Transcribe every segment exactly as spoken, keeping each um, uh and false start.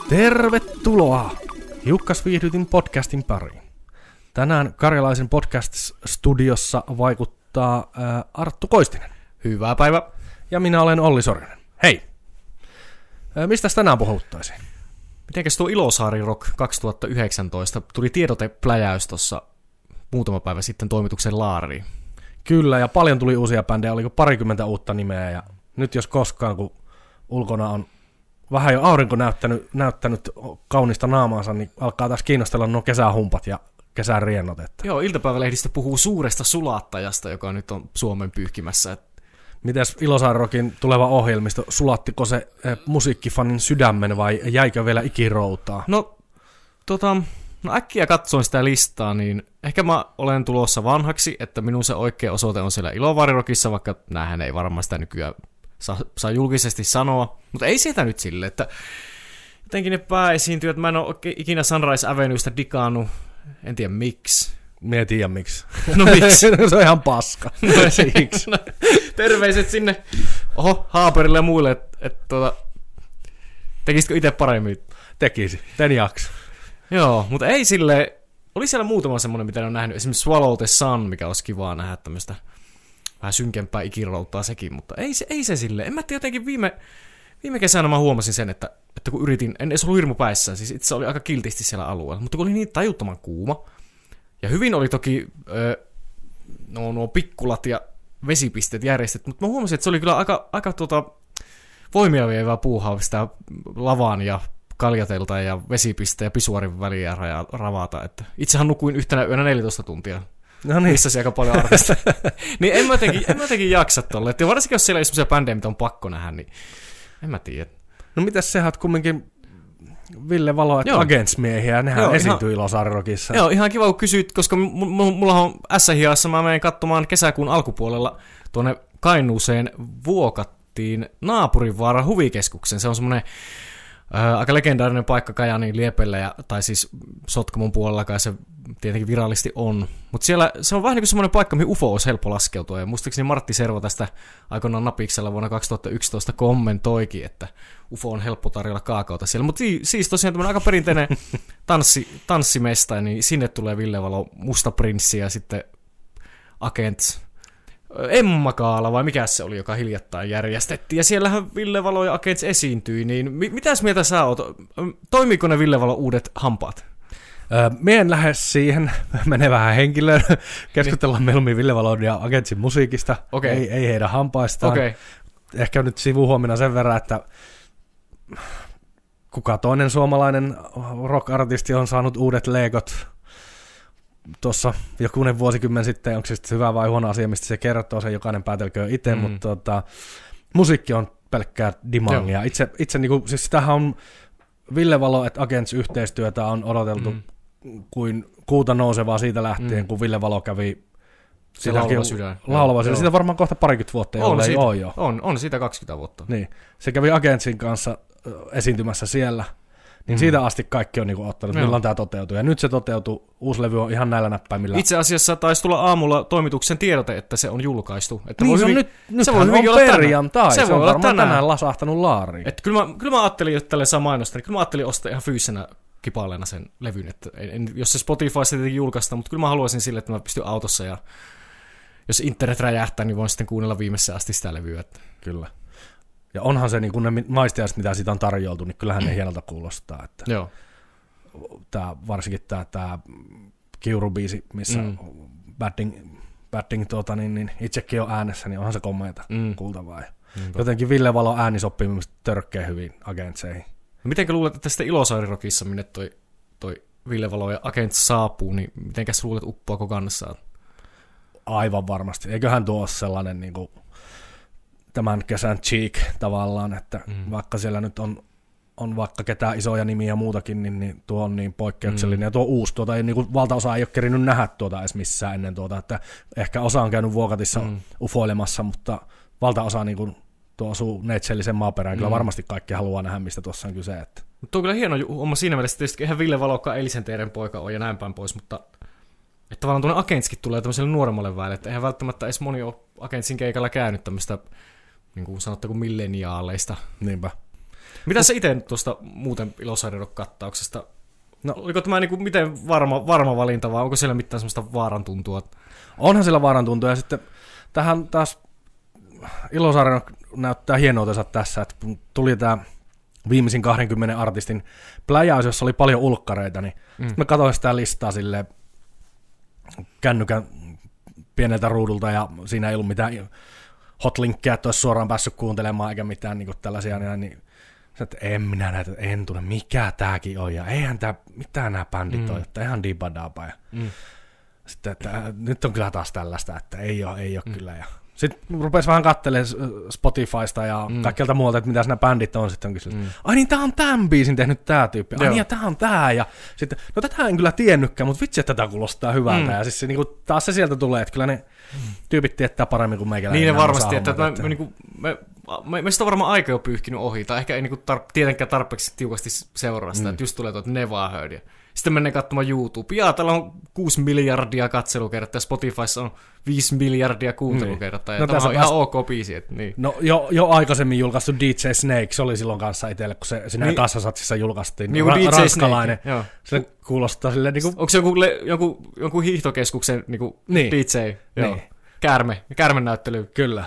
Tervetuloa Hiukkasviihdytin podcastin pariin. Tänään Karjalaisen podcast-studiossa vaikuttaa ää, Arttu Koistinen. Hyvää päivää. Ja minä olen Olli Sorinen. Hei! Ää, mistäs tänään puhuttaisiin? Mitenkäs tuo Ilosaari Rock kaksituhattayhdeksäntoista tuli tiedotepläjäys tuossa muutama päivä sitten toimituksen laariin? Kyllä, ja paljon tuli uusia bändejä, oliko parikymmentä uutta nimeä, ja nyt jos koskaan, kun ulkona on vähän jo aurinko näyttänyt, näyttänyt kaunista naamaansa, niin alkaa taas kiinnostella nuo kesähumpat ja kesän riennot. Että. Joo, iltapäivälehdistö puhuu suuresta sulattajasta, joka nyt on Suomen pyyhkimässä. Mitäs Ilosaari Rockin tuleva ohjelmisto, sulattiko se eh, musiikkifanin sydämen vai jäikö vielä ikiroutaa? No, tota, no äkkiä katsoin sitä listaa, niin ehkä mä olen tulossa vanhaksi, että minun se oikea osoite on siellä Ilosaari Rockissa, vaikka näähän ei varmaan sitä nykyään saa, saa julkisesti sanoa. Mutta ei sieltä nyt sille, että jotenkin ne pääesiintyjät, mä en ole ikinä Sunrise Avenuesta digannut, en tiedä miksi. Mie en tiedä miksi. No miksi? Se on ihan paska. No siksi. No, terveiset sinne oho, Haaperille ja muille, että et, tuota, tekisitkö itse paremmin? Tekisi, ten jakso. Joo, mutta ei sille. Oli siellä muutama semmoinen, mitä on nähnyt, esimerkiksi Swallow the Sun, mikä olisi kivaa nähdä tämmöistä vähän synkempää ikirouttaa sekin, mutta ei se, ei se sille. En mä tiedä, jotenkin viime, viime kesänä mä huomasin sen, että, että kun yritin, en edes ollut hirmu päissään, siis itse oli aika kiltisti siellä alueella, mutta kun oli niin tajuttoman kuuma, ja hyvin oli toki öö, no, nuo pikkulat ja vesipisteet järjestetty, mutta mä huomasin, että se oli kyllä aika, aika tuota, voimia vievää puuhaa sitä lavaan ja kaljatelta ja vesipiste ja pisuarin väliä ja ravata. Että itsehän nukuin yhtenä yönä neljätoista tuntia. No niin. Missäsi aika paljon arvesta. Niin en mä jotenkin, en mä jotenkin jaksa tolle. Ja varsinkin jos siellä ei semmoisia bändejä, mitä on pakko nähdä, niin en mä tiedä. No mitäs sä oot kumminkin Ville Valo, että Agents-miehiä, nehän Joo, esiintyy Ilosaari Rockissa. Joo, ihan kiva kun kysyit, koska m- m- mulla on S H I:ssä, mä menen katsomaan kesäkuun alkupuolella tuonne Kainuuseen Vuokattiin Naapurinvaaran huvikeskuksen. Se on semmoinen Ää, aika legendaarinen paikka Kajaanin liepellä, ja, tai siis Sotkamon puolella kai se tietenkin virallisesti on. Mutta siellä se on vähän niin kuin semmoinen paikka, mihin U F O olisi helppo laskeutua. Ja muistaakseni Martti Servo tästä aikoinaan Napiksella vuonna kaksituhattayksitoista kommentoikin, että U F O on helppo tarjolla kaakaota siellä. Mutta siis tosiaan tämmöinen aika perinteinen tanssi, tanssimesta, niin sinne tulee Ville Valo, Musta Prinssi ja sitten Agents. Emma Kaala, vai mikä se oli, joka hiljattain järjestettiin. Ja siellähän Ville Valo ja Agents esiintyi, niin mi- mitäs mieltä sä oot? Toimiiko ne Ville Valo uudet hampaat? Öö, Mie en lähde siihen, menee vähän henkilöön, keskustellaan mieluummin Ville Valon ja Agentsin musiikista, okay. ei, ei heidän hampaistaan. Okay. Ehkä nyt sivuhuomina sen verran, että kuka toinen suomalainen rock-artisti on saanut uudet legot tuossa jokunen vuosikymmen sitten, onko se sitten hyvä vai huono asia, mistä se kertoo, se jokainen päätelköön itse, mm. mutta tota, musiikki on pelkkää dimangia. Itse, itse niinku, siis sitähän on Ville Valo et Agents yhteistyötä on odoteltu mm. kuin kuuta nousevaa siitä lähtien, mm. kun Ville Valo kävi se laulava sydän. Laulava sydän. Siitä varmaan kohta parikymmentä vuotta, on, siitä, ole jo. On, on siitä kaksikymmentä vuotta. Niin. Se kävi Agentsin kanssa esiintymässä siellä. Niin mm. siitä asti kaikki on niinku ottanut, Joo. milloin tämä toteutuu. Ja nyt se toteutuu. Uusi levy on ihan näillä näppäimillä. Itse asiassa taisi tulla aamulla toimituksen tiedote, että se on julkaistu. Että niin voi se on hyvin, nyt, se voi hyvin on perjantai. Se, se se on olla varmaan tänään. tänään lasahtanut laariin. Että kyllä, mä, kyllä mä ajattelin, että tälleen saa mainostaa, niin kyllä mä ajattelin ostaa ihan fyysisenä kipaleena sen levyn. Että en, en, jos se Spotifysta tietenkin julkaistaan, mutta kyllä mä haluaisin sille, että mä pystyn autossa ja jos internet räjähtää, niin voin sitten kuunnella viimeiseen asti sitä levyä. Että. Kyllä. Ja onhan se niin kuin ne maistajat, mitä siitä on tarjoltu, niin kyllähän ne hienolta kuulostaa. Että Joo. Tää, varsinkin tämä tää Kiuru-biisi, missä mm. Badding, Badding tuota, niin, niin itsekin on äänessä, niin onhan se komeita mm. kuultavaa. Mm. Jotenkin Ville Valo ääni sopii mielestäni törkeä hyvin Agentseihin. No mitenkä luulet, että sitten Ilosaari Rockissa, minne toi, toi Ville Valo ja Agents saapuu, niin mitenkäs luulet uppoako kanssaan? Aivan varmasti. Eiköhän tuo ole sellainen niin kuin, tämän kesän cheek tavallaan, että mm. vaikka siellä nyt on on vaikka ketään isoja nimiä ja muutakin, niin, niin tuo on niin poikkeuksellinen. Mm. Ja tuo uusi, tuota, ei, niin kuin valtaosa ei ole kerinyt nähdä tuota edes missään ennen tuota, että ehkä osa on käynyt Vuokatissa mm. ufoilemassa, mutta valtaosa niin kuin tuo osuu neitsellisen maaperään. Mm. Kyllä varmasti kaikki haluaa nähdä, mistä tuossa on kyse. Että. Mutta tuo on kyllä hieno homma siinä mielessä, tietysti eihän Ville Valokkaan Elisen teidän poika ole ja näin päin pois, mutta että tavallaan tuonne Agentskin tulee tämmöiselle nuoremmalle väelle, että eihän välttämättä edes moni ole Agentsin keikalla käynyt tämmöistä, niin kuin sanottaako milleniaaleista. Niinpä. Mitä sä itse tuosta muuten Ilosarjadok-kattauksesta? No, oliko tämä niin kuin miten varma, varma valinta, vai onko siellä mitään semmoista vaaran tuntua? Onhan siellä vaaran tuntua, ja sitten tähän taas Ilosarjadok näyttää hienoutensa tässä, että tuli tämä viimeisin kaksikymmentä artistin pläjäys, jossa oli paljon ulkkareita, niin mm. mä katsoin sitä listaa silleen kännykän pieneltä ruudulta, ja siinä ei ollut mitään hotlinkkeja, että olisi suoraan päässyt kuuntelemaan, eikä mitään niin kuin tällaisia, niin että en minä näitä, en tunne, mikä tääkin on, ja eihän tää, mitään nämä bändit mm. on, että ihan dibadaba, ja mm. sitten, että nyt on kyllä taas tällaista, että ei ole, ei ole mm. kyllä, ja sitten rupesi vähän katselemaan Spotifysta ja mm. kaikkialta muualta, että mitä nämä bändit on. Sitten on kysynyt, mm. ai niin, tää on tämän biisin tehnyt tää tyyppi. Ai Joo. niin, ja tää on tää. Ja sitten, no tätä en kyllä tiennytkään, mutta vitsi, että tätä kuulostaa hyvältä. Mm. Ja siis se, niin kuin, taas se sieltä tulee, että kyllä ne mm. tyypit tietää paremmin kuin meikäläinen. Niin ne varmasti, että, että, että... Me, me, me, me, meistä on varmaan aika jo pyyhkinyt ohi, tai ehkä ei niin kuin tar- tietenkään tarpeeksi tiukasti seuraa sitä, mm. että just tulee tuot Never Heard. Sitten mennään katsomaan YouTubea. Jaa, täällä on kuusi miljardia katselukertaa, ja Spotifyssa on viisi miljardia kuuntelukertaa, ja no, tämä on ihan ok biisi. Että, niin. No jo, jo aikaisemmin julkaistu D J Snake, se oli silloin kanssa itselle, kun se siinä niin, kassasatsissa julkaistiin. Niin, Ra- ranskalainen. Snake, se kuulostaa silleen niin kuin... Onko se joku, joku, joku hiihtokeskuksen niin kuin niin. D J? Joo. Niin. Käärme, käärmen näyttely. Kyllä.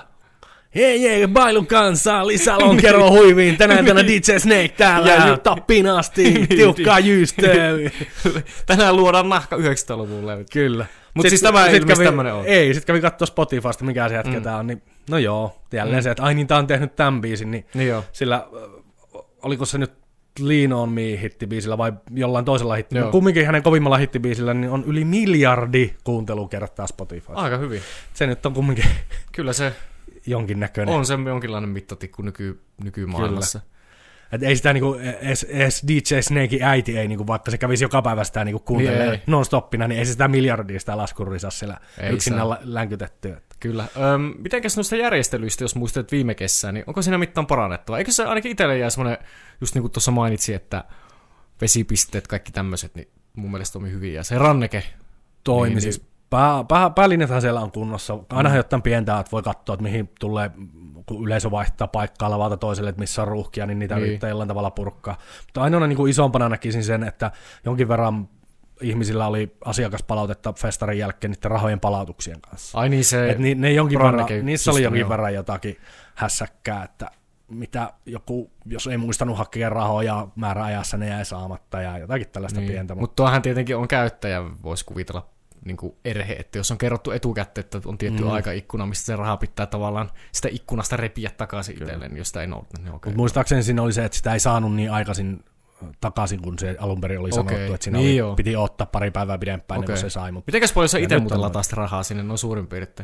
Hei hei, bailun kanssa, lisälonkero huiviin, tänään tänä D J Snake täällä, ja tappiin asti, tiukkaa jyystöä. Tänään luodaan nahka yhdeksänkymmentäluvulle. Kyllä. Mutta siis tämä ei ilmeisesti tämmöinen ole. Ei, sit kävi katsoa Spotifysta, mikä se jätkä mm. tää on, niin no joo, jälleen mm. se, että ai niin, tää on tehnyt tämän biisin, niin, niin joo. Sillä oliko se nyt Lean on Me -hittibiisillä vai jollain toisella hittibiisillä. Kumminkin hänen kovimmalla hittibiisillä niin on yli miljardi kuuntelukertaa Spotifysta. Aika hyvin. Se nyt on kumminkin... Kyllä se... jonkinnäköinen. On se jonkinlainen mittatikku nyky, nykymaailmassa. Et ei sitä niinku, edes, edes D J Snakein äiti, ei, niinku, vaikka se kävisi joka päivä sitä niinku kuuntelemaan niin non-stoppina, niin ei se sitä miljardia sitä laskuria saa siellä yksinään länkytettyä. Kyllä. Öm, mitenkäs noista järjestelyistä, jos muistat viime kesää, niin onko siinä mitään parannettavaa? Eikö se ainakin itselle jää semmoinen, just niin kuin tuossa mainitsin, että vesipisteet, kaikki tämmöiset, niin mun mielestä toimi hyvin. Ja se ranneke toimi niin, siis. Niin, Pää, pää, päälinjathan siellä on kunnossa. Ainahan jotain pientä, että voi katsoa, että mihin tulee, kun yleisö vaihtaa paikkaa lavalta toiselle, että missä on ruuhkia, niin niitä niin. yrittää jollain tavalla purkkaa. Mutta ainoana niin kuin isompana näkisin sen, että jonkin verran ihmisillä oli asiakaspalautetta festarin jälkeen niiden rahojen palautuksien kanssa. Ai niin se ne, ne jonkin verran, niissä oli jonkin verran jotakin hässäkkää, että mitä joku, jos ei muistanut hakea rahoja määräajassa, ne jäi saamatta ja jotakin tällaista niin. pientä. Mutta tuohan tietenkin on käyttäjä, voisi kuvitella, niin kuin erhe, että jos on kerrottu etukäteen, että on tietty mm. aikaikkuna, mistä se raha pitää tavallaan sitä ikkunasta repiä takaisin itselleen, jos sitä ei noudata. Niin okay. Muistaakseni siinä oli se, että sitä ei saanut niin aikaisin takaisin, kun se alun perin oli okay. sanottu, että siinä niin oli, piti ottaa pari päivää pidempään, okay. ennen kuin se sai. Mutta... Mitenkäs paljon sä itse muuten lataa sitä rahaa sinne noin suurin piirtein?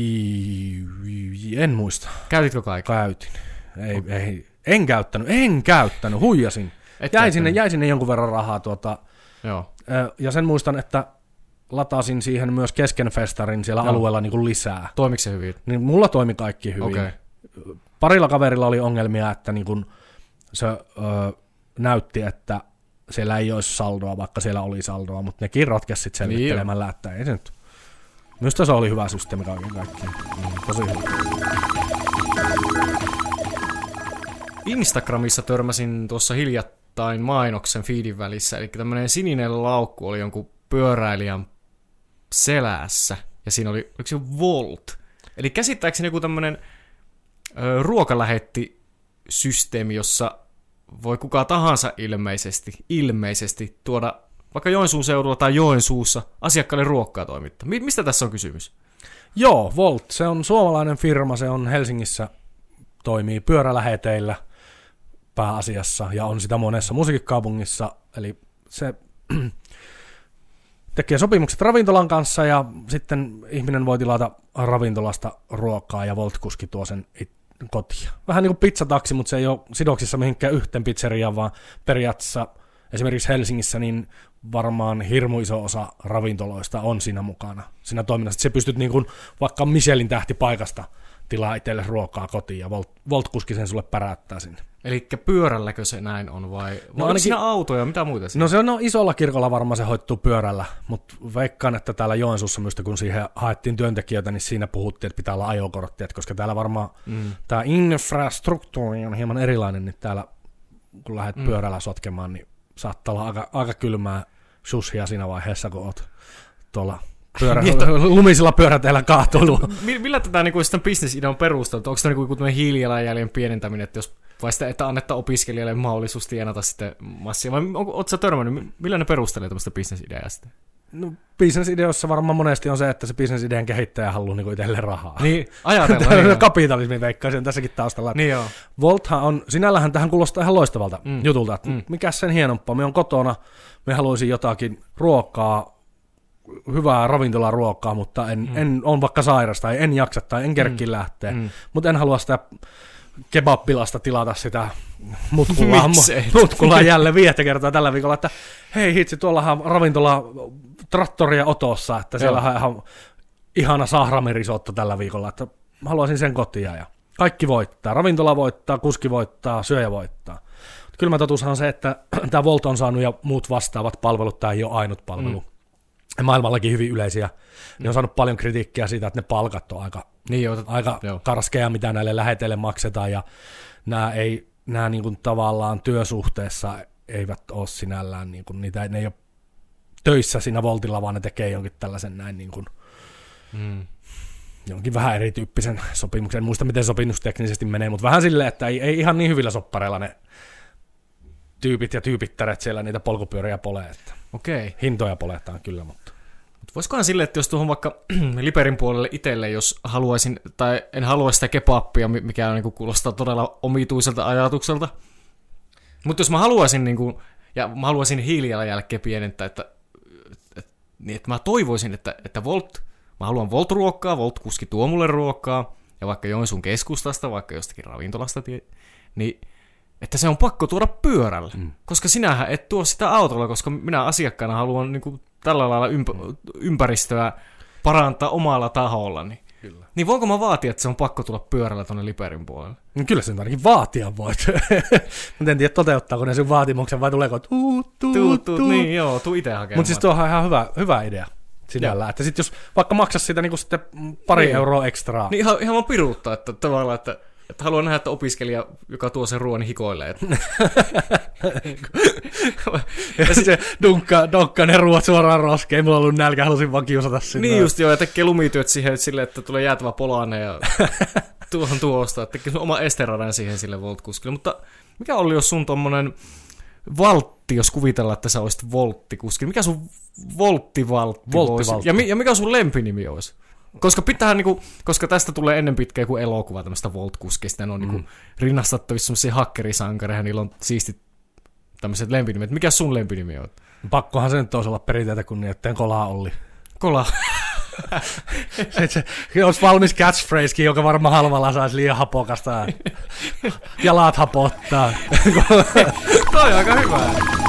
I... En muista. Käytitkö kaiken? Käytin. Ei, okay. ei, en käyttänyt, en käyttänyt, huijasin. Jäi sinne, jäi sinne jonkun verran rahaa. Tuota, Joo. Ja sen muistan, että latasin siihen myös kesken festarin siellä no. alueella niin kuin lisää. Toimiko se hyvin? Niin mulla toimi kaikki hyvin. Okay. Parilla kaverilla oli ongelmia, että niin kuin se ö, näytti, että siellä ei olisi saldoa, vaikka siellä oli saldoa, mutta nekin ratkesi sitten selvittelemällä, että ei se nyt. Minusta se oli hyvä systeemi kaiken kaikkiaan. Mm, tosi hyvä. Instagramissa törmäsin tuossa hiljattain mainoksen feedin välissä, eli tämmöinen sininen laukku oli jonkun pyöräilijän selässä, ja siinä oli, oliko se Volt? Eli käsittääkseni joku tämmöinen ö, ruokalähettisysteemi, jossa voi kuka tahansa ilmeisesti, ilmeisesti tuoda vaikka Joensuun seudulla tai Joensuussa asiakkaille ruokkaa toimittaa. Mistä tässä on kysymys? Joo, Volt, se on suomalainen firma, se on Helsingissä, toimii pyöräläheteillä pääasiassa, ja on sitä monessa musiikkikaupungissa, eli se tekee sopimukset ravintolan kanssa, ja sitten ihminen voi tilata ravintolasta ruokaa, ja Volt-kuski tuo sen kotiin. Vähän niin kuin pizzataksi, mutta se ei ole sidoksissa mihinkään yhteen pizzeriaan, vaan periaatteessa esimerkiksi Helsingissä niin varmaan hirmu iso osa ravintoloista on siinä mukana, siinä toiminnassa. Se pystyt niin kuin vaikka Michelin tähtipaikasta tilaa itselle ruokaa kotiin, ja Volt, Volt-kuski sen sulle päräyttää sinne. Eli pyörälläkö se näin on, vai no ainakin, siinä autoja, mitä muuta siinä? No se on no, isolla kirkolla varmaan se hoittuu pyörällä, mutta veikkaan, että täällä Joensuussa myös, kun siihen haettiin työntekijöitä, niin siinä puhuttiin, että pitää olla ajokortti, koska täällä varmaan mm. tämä infrastruktuuri on hieman erilainen, niin täällä kun lähdet mm. pyörällä sotkemaan, niin saattaa olla aika, aika kylmää shushia siinä vaiheessa, kun oot tuolla pyörä, lumisilla pyöräteillä kaatuillut. Millä tätä niin kuin, business-idea on perusteltu? Onko tämä niin hiilijalanjäljen pienentäminen, että jos vai sitä, että annetta opiskelijalle mahdollisuus tienata sitten massia? Vai oletko sä törmännyt, millä ne perustelee tämmöistä business-ideaa sitten? No, business-ideossa varmaan monesti on se, että se business-idean kehittäjä haluaa niin itselleen rahaa. Niin, ajatellaan. niin kapitalismin veikkaisin tässäkin taustalla. Niin joo. Volthan on, sinällähän tähän kuulostaa ihan loistavalta mm. jutulta, että mm. mikä sen hienompaa. Me on kotona, me haluaisin jotakin ruokaa, hyvää ravintolaruokaa, mutta en, mm. en on vaikka sairas tai en jaksa tai en kerkki mm. lähteä, mm. mutta en halua sitä kebab-pilasta tilata sitä mutkulaa, mutkulaa jälleen viettä kertaa tällä viikolla, että hei hitsi, tuollahan ravintola trattoria Otossa, että siellä on ihan ihana sahramirisotto tällä viikolla, että haluaisin sen kotia ja kaikki voittaa, ravintola voittaa, kuski voittaa, syöjä voittaa. Kylmä totuushan on se, että tämä Volt on saanut ja muut vastaavat palvelut, tämä ei ole ainut palvelu. Mm. Maailmallakin hyvin yleisiä. Ne on saanut paljon kritiikkiä siitä, että ne palkat on aika, niin jo, aika karskeja, mitä näille läheteille maksetaan, ja nämä, ei, nämä niin kuin tavallaan työsuhteessa eivät ole sinällään, niin kuin, niitä, ne ei ole töissä siinä Voltilla, vaan ne tekee jonkin tällaisen näin niin kuin, mm. jonkin vähän erityyppisen sopimuksen. En muista, miten sopimus teknisesti menee, mutta vähän silleen, että ei, ei ihan niin hyvillä soppareilla ne tyypit ja tyypittäret siellä niitä polkupyöriä polee. Okei. Hintoja poletaan kyllä, mutta... Mut voisikohan silleen, että jos tuohon vaikka Liperin puolelle itselle, jos haluaisin, tai en halua sitä kebappia, mikä on, niin kuin, kuulostaa todella omituiselta ajatukselta, mutta jos mä haluaisin, niin kuin, ja mä haluaisin hiilijalanjälkeä pienentää, että, että, niin, että mä toivoisin, että, että Volt, mä haluan Volt-ruokkaa, Volt-kuski tuo mulle ruokkaa, ja vaikka Joensuun keskustasta, vaikka jostakin ravintolasta, niin että se on pakko tuoda pyörällä, mm. koska sinähän et tuo sitä autolla, koska minä asiakkaana haluan niin kuin, tällä lailla ympä- ympäristöä parantaa omalla tahollani. Kyllä. Niin voinko mä vaatia, että se on pakko tulla pyörällä tuonne Liperin puolelle? No kyllä sen ainakin vaatia voit. Mutta en tiedä, toteuttaako ne sun vaatimuksen vai tuleeko tuut, tuut, tuut, tuut. Niin joo, tuu itse hakemaan. Mutta siis tuohan on ihan hyvä, hyvä idea sinällään. Että sit jos vaikka maksaisi siitä niin sitten pari niin. euroa ekstraa. Niin ihan, ihan vaan piruuttaa, että tavallaan, että Että haluan nähdä, että opiskelija, joka tuo sen ruoan, niin hikoilee. ja se dunkkaa, dunkkaa ne ruoat suoraan roskeen. Ei mulla ollut nälkä, halusin vaan kiusata sinne. Niin just joo, ja tekee lumityöt siihen silleen, että tulee jäätävä polaane ja tuohon tuosta. Tekee oma esteradan siihen sille Volt-kuskille. Mutta mikä oli, jos sun tommonen valtti, jos kuvitellaan, että sä olisit volttikuski? Mikä sun volttivaltti olisi? Ja, ja mikä sun lempinimi olisi? Koska pitää niinku, koska tästä tulee ennen pitkään joku elokuva tämmöistä Volt-kuskista, ne on mm. niinku rinnastattavissa semmoisia hakkerisankareja, niillä on siistit tämmöiset lempinimet. Mikä sun lempinimi on? Pakkohan se nyt olisi olla perinteitä kunnioitteen Kola Olli. Kola. se, se, se olisi valmis catchphrasekin, joka varmaan halvalla saisi liian hapokasta. Jalat hapottaa. Toi on aika hyvä.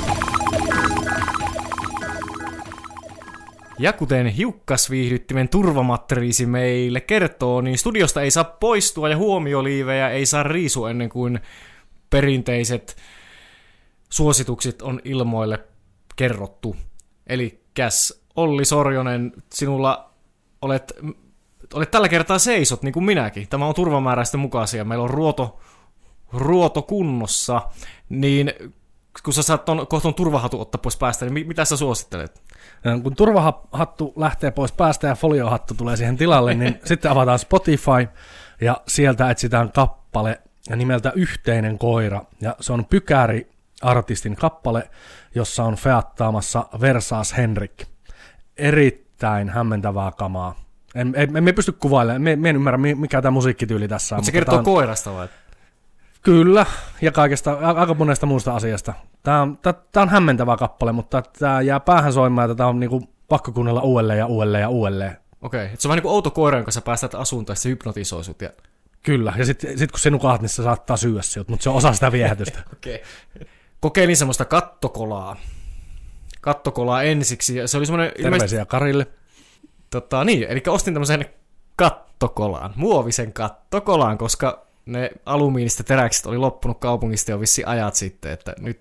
Ja kuten hiukkasviihdyttimen turvamatriisi meille kertoo, niin studiosta ei saa poistua ja huomioliivejä ei saa riisua ennen kuin perinteiset suositukset on ilmoille kerrottu. Eli käs Olli Sorjonen, sinulla olet, olet tällä kertaa seisot, niin kuin minäkin. Tämä on turvamääräisten mukaisia. Meillä on ruoto, ruoto kunnossa, niin kun sä saat ton, kohton turvahatun ottaa pois päästä, niin mitä sä suosittelet? Kun turvahattu lähtee pois päästä ja foliohattu tulee siihen tilalle, niin sitten avataan Spotify ja sieltä etsitään kappale nimeltä Yhteinen koira. Ja se on Pykäri-artistin kappale, jossa on feattaamassa Versaas Henrik. Erittäin hämmentävää kamaa. En, en, en pysty kuvailemaan, me, me en ymmärrä mikä tämä musiikkityyli tässä on. Mutta se kertoo on... koirasta vai? Kyllä, ja kaikesta, aika monesta muusta asiasta. Tämä on, tämä on hämmentävä kappale, mutta tämä jää päähän soimaan, että tämä on niinku pakko kuunnella uudelleen ja uudelleen ja uudelleen. Okei, okay. Se on vähän niin kuin outo koira, jonka sä päästät asuntoon, ja se hypnotisoi sut. Ja... Kyllä, ja sitten sit kun se nukahat, niin se saattaa syödä sinut, mutta se on osa sitä viehätystä. Okei. Okay. Kokeilin semmoista kattokolaa. Kattokolaa ensiksi, ja se oli semmoinen... Terveisiä ilmeisesti... Karille. Tota, niin, eli ostin tämmöisen kattokolaan, muovisen kattokolaan, koska... Ne alumiinista teräkset oli loppunut kaupungista jo vissiin ajat sitten, että nyt...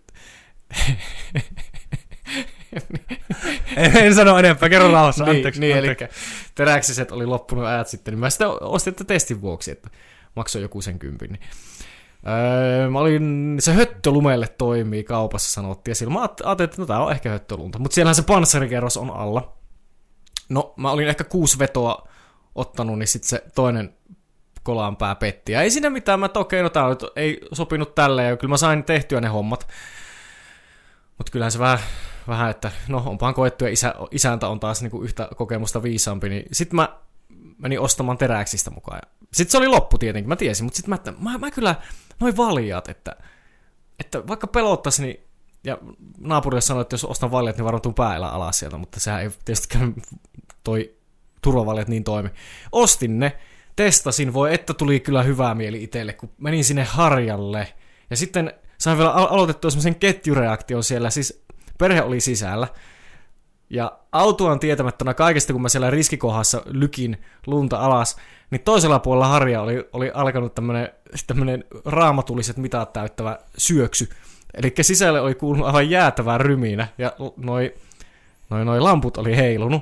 en, en sano enempää, kerro rauhassa, niin, anteeksi. Niin, eli teräksiset oli loppunut ajat sitten, niin mä sitä ostin testin vuoksi, että maksoi joku sen kympin. Niin. Öö, mä olin, se höttölumelle toimii kaupassa sanottiin, ja silloin mä ajattelin, että no tää on ehkä höttölunta, mutta siellähän se panssarikerros on alla. No mä olin ehkä kuusi vetoa ottanut, niin sitten se toinen kolaan pää petti. Ja ei siinä mitään, mä okei, no tää ei sopinut tälleen, ja kyllä mä sain tehtyä ne hommat. Mutta kyllähän se vähän, vähän että no onpahan koettu, ja isä, isäntä on taas niinku yhtä kokemusta viisaampi, niin sitten mä menin ostamaan teräksistä mukaan. Sitten se oli loppu tietenkin, mä tiesin, mutta sitten mä, että mä, mä kyllä, noin valjat, että, että vaikka pelottaisi, niin, ja naapurille sanoi, että jos ostan valjat, niin varmaan päällä alas sieltä, mutta sehän ei tietystikään toi turvavaljat niin toimi. Ostin ne, testasin, voi että tuli kyllä hyvää mieli itselle, kun menin sinne harjalle, ja sitten sain vielä alo- aloitettua semmoisen ketjureaktion siellä, siis perhe oli sisällä, ja autuaan tietämättönä kaikesta, kun mä siellä riskikohdassa lykin lunta alas, niin toisella puolella harja oli, oli alkanut tämmönen, tämmönen raamatulliset mitat täyttävä syöksy. Eli sisälle oli kuulunut aivan jäätävää ryminä, ja noi, noi, noi lamput oli heilunut.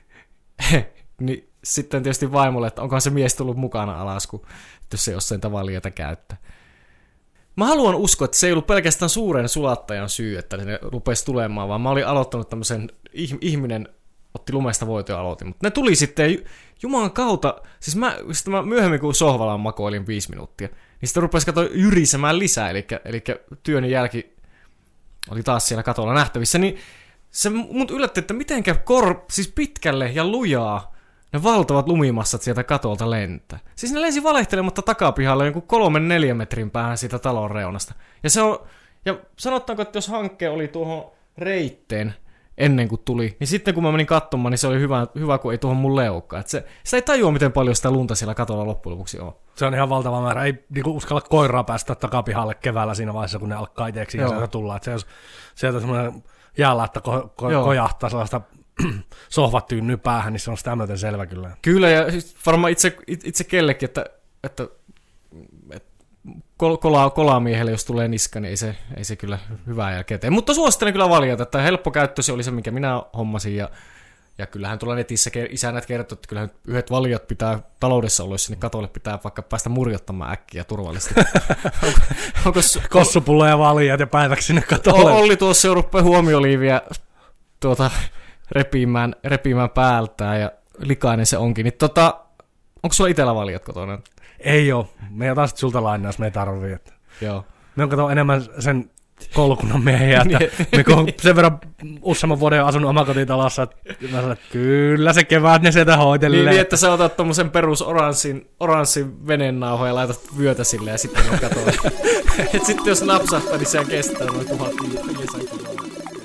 Niin sitten tietysti vaimolle, että onkohan se mies tullut mukana alas, kun jos se jossain tavalliota käyttää. Mä haluan uskoa, että se ei ollut pelkästään suuren sulattajan syy, että ne rupesi tulemaan, vaan mä olin aloittanut tämmöisen ihminen otti lumesta voitoa ja aloitin. Mutta ne tuli sitten Jumalan kautta, siis mä, sitten mä myöhemmin kun sohvalla makoilin viisi minuuttia, niin sitten rupesi katsoa jyrisemään lisää, eli, eli työni jälki oli taas siellä katolla nähtävissä, niin se mut yllätti, että mitenkä kor, siis pitkälle ja lujaa ne valtavat lumimassat sieltä katolta lentää. Siis ne lensi valehtelematta takapihalle jonkun kolmen neljän metrin päähän siitä talon reunasta. Ja se on, ja sanottaanko, että jos hankke oli tuohon reitteen ennen kuin tuli, niin sitten kun mä menin katsomaan, niin se oli hyvä, hyvä kun ei tuohon mun leukkaan. Se, sitä ei tajua, miten paljon sitä lunta siellä katolla loppujen lopuksi on. Se on ihan valtava määrä. Ei niinku uskalla koiraa päästä takapihalle keväällä siinä vaiheessa, kun ne alkaa itseksi ja sieltä tullaan. Että se jos sieltä semmoinen jäällä, että ko, ko, kojahtaa sellaista sohvattyynnyä päähän, niin se on sitä myöten selvä kyllä. Kyllä, ja siis varmaan itse, itse kellekin, että, että, että kolaa, kolamiehelle, jos tulee niska, niin ei se, ei se kyllä hyvää jälkeen tee. Mutta suosittelen kyllä valjata, että helppokäyttöisiä oli se, minkä minä hommasin, ja, ja kyllähän tuolla netissä isänät kertoo, että kyllähän yhdet valjat pitää taloudessa oloissa, niin katolle pitää vaikka päästä murjottamaan äkkiä turvallisesti. onko, onko, Kossupullo ja valjat ja päiväksi sinne katolle. Olli tuossa jo rupeaa huomioliiviä tuota, repimään, repimään päältään, ja likainen se onkin. Niin, tota, onko sulla itsellä valjat kotona? Ei oo. Me otan sitten sulta lainaa, jos me ei tarvii. Että. Joo. Me on kato enemmän sen koulukunnan miehiä, että me kun sen verran useamman vuoden asunut omakotitalossa, että mä sanon, että kyllä se kevät ne sieltä hoitelee. Niin, että sä otat tommosen perus oranssin, oranssin venennauhoja ja laitat vyötä silleen ja sitten on katoa. Et sitten jos napsahtaa, niin sehän kestää noin tuhat viisisataa kiloa.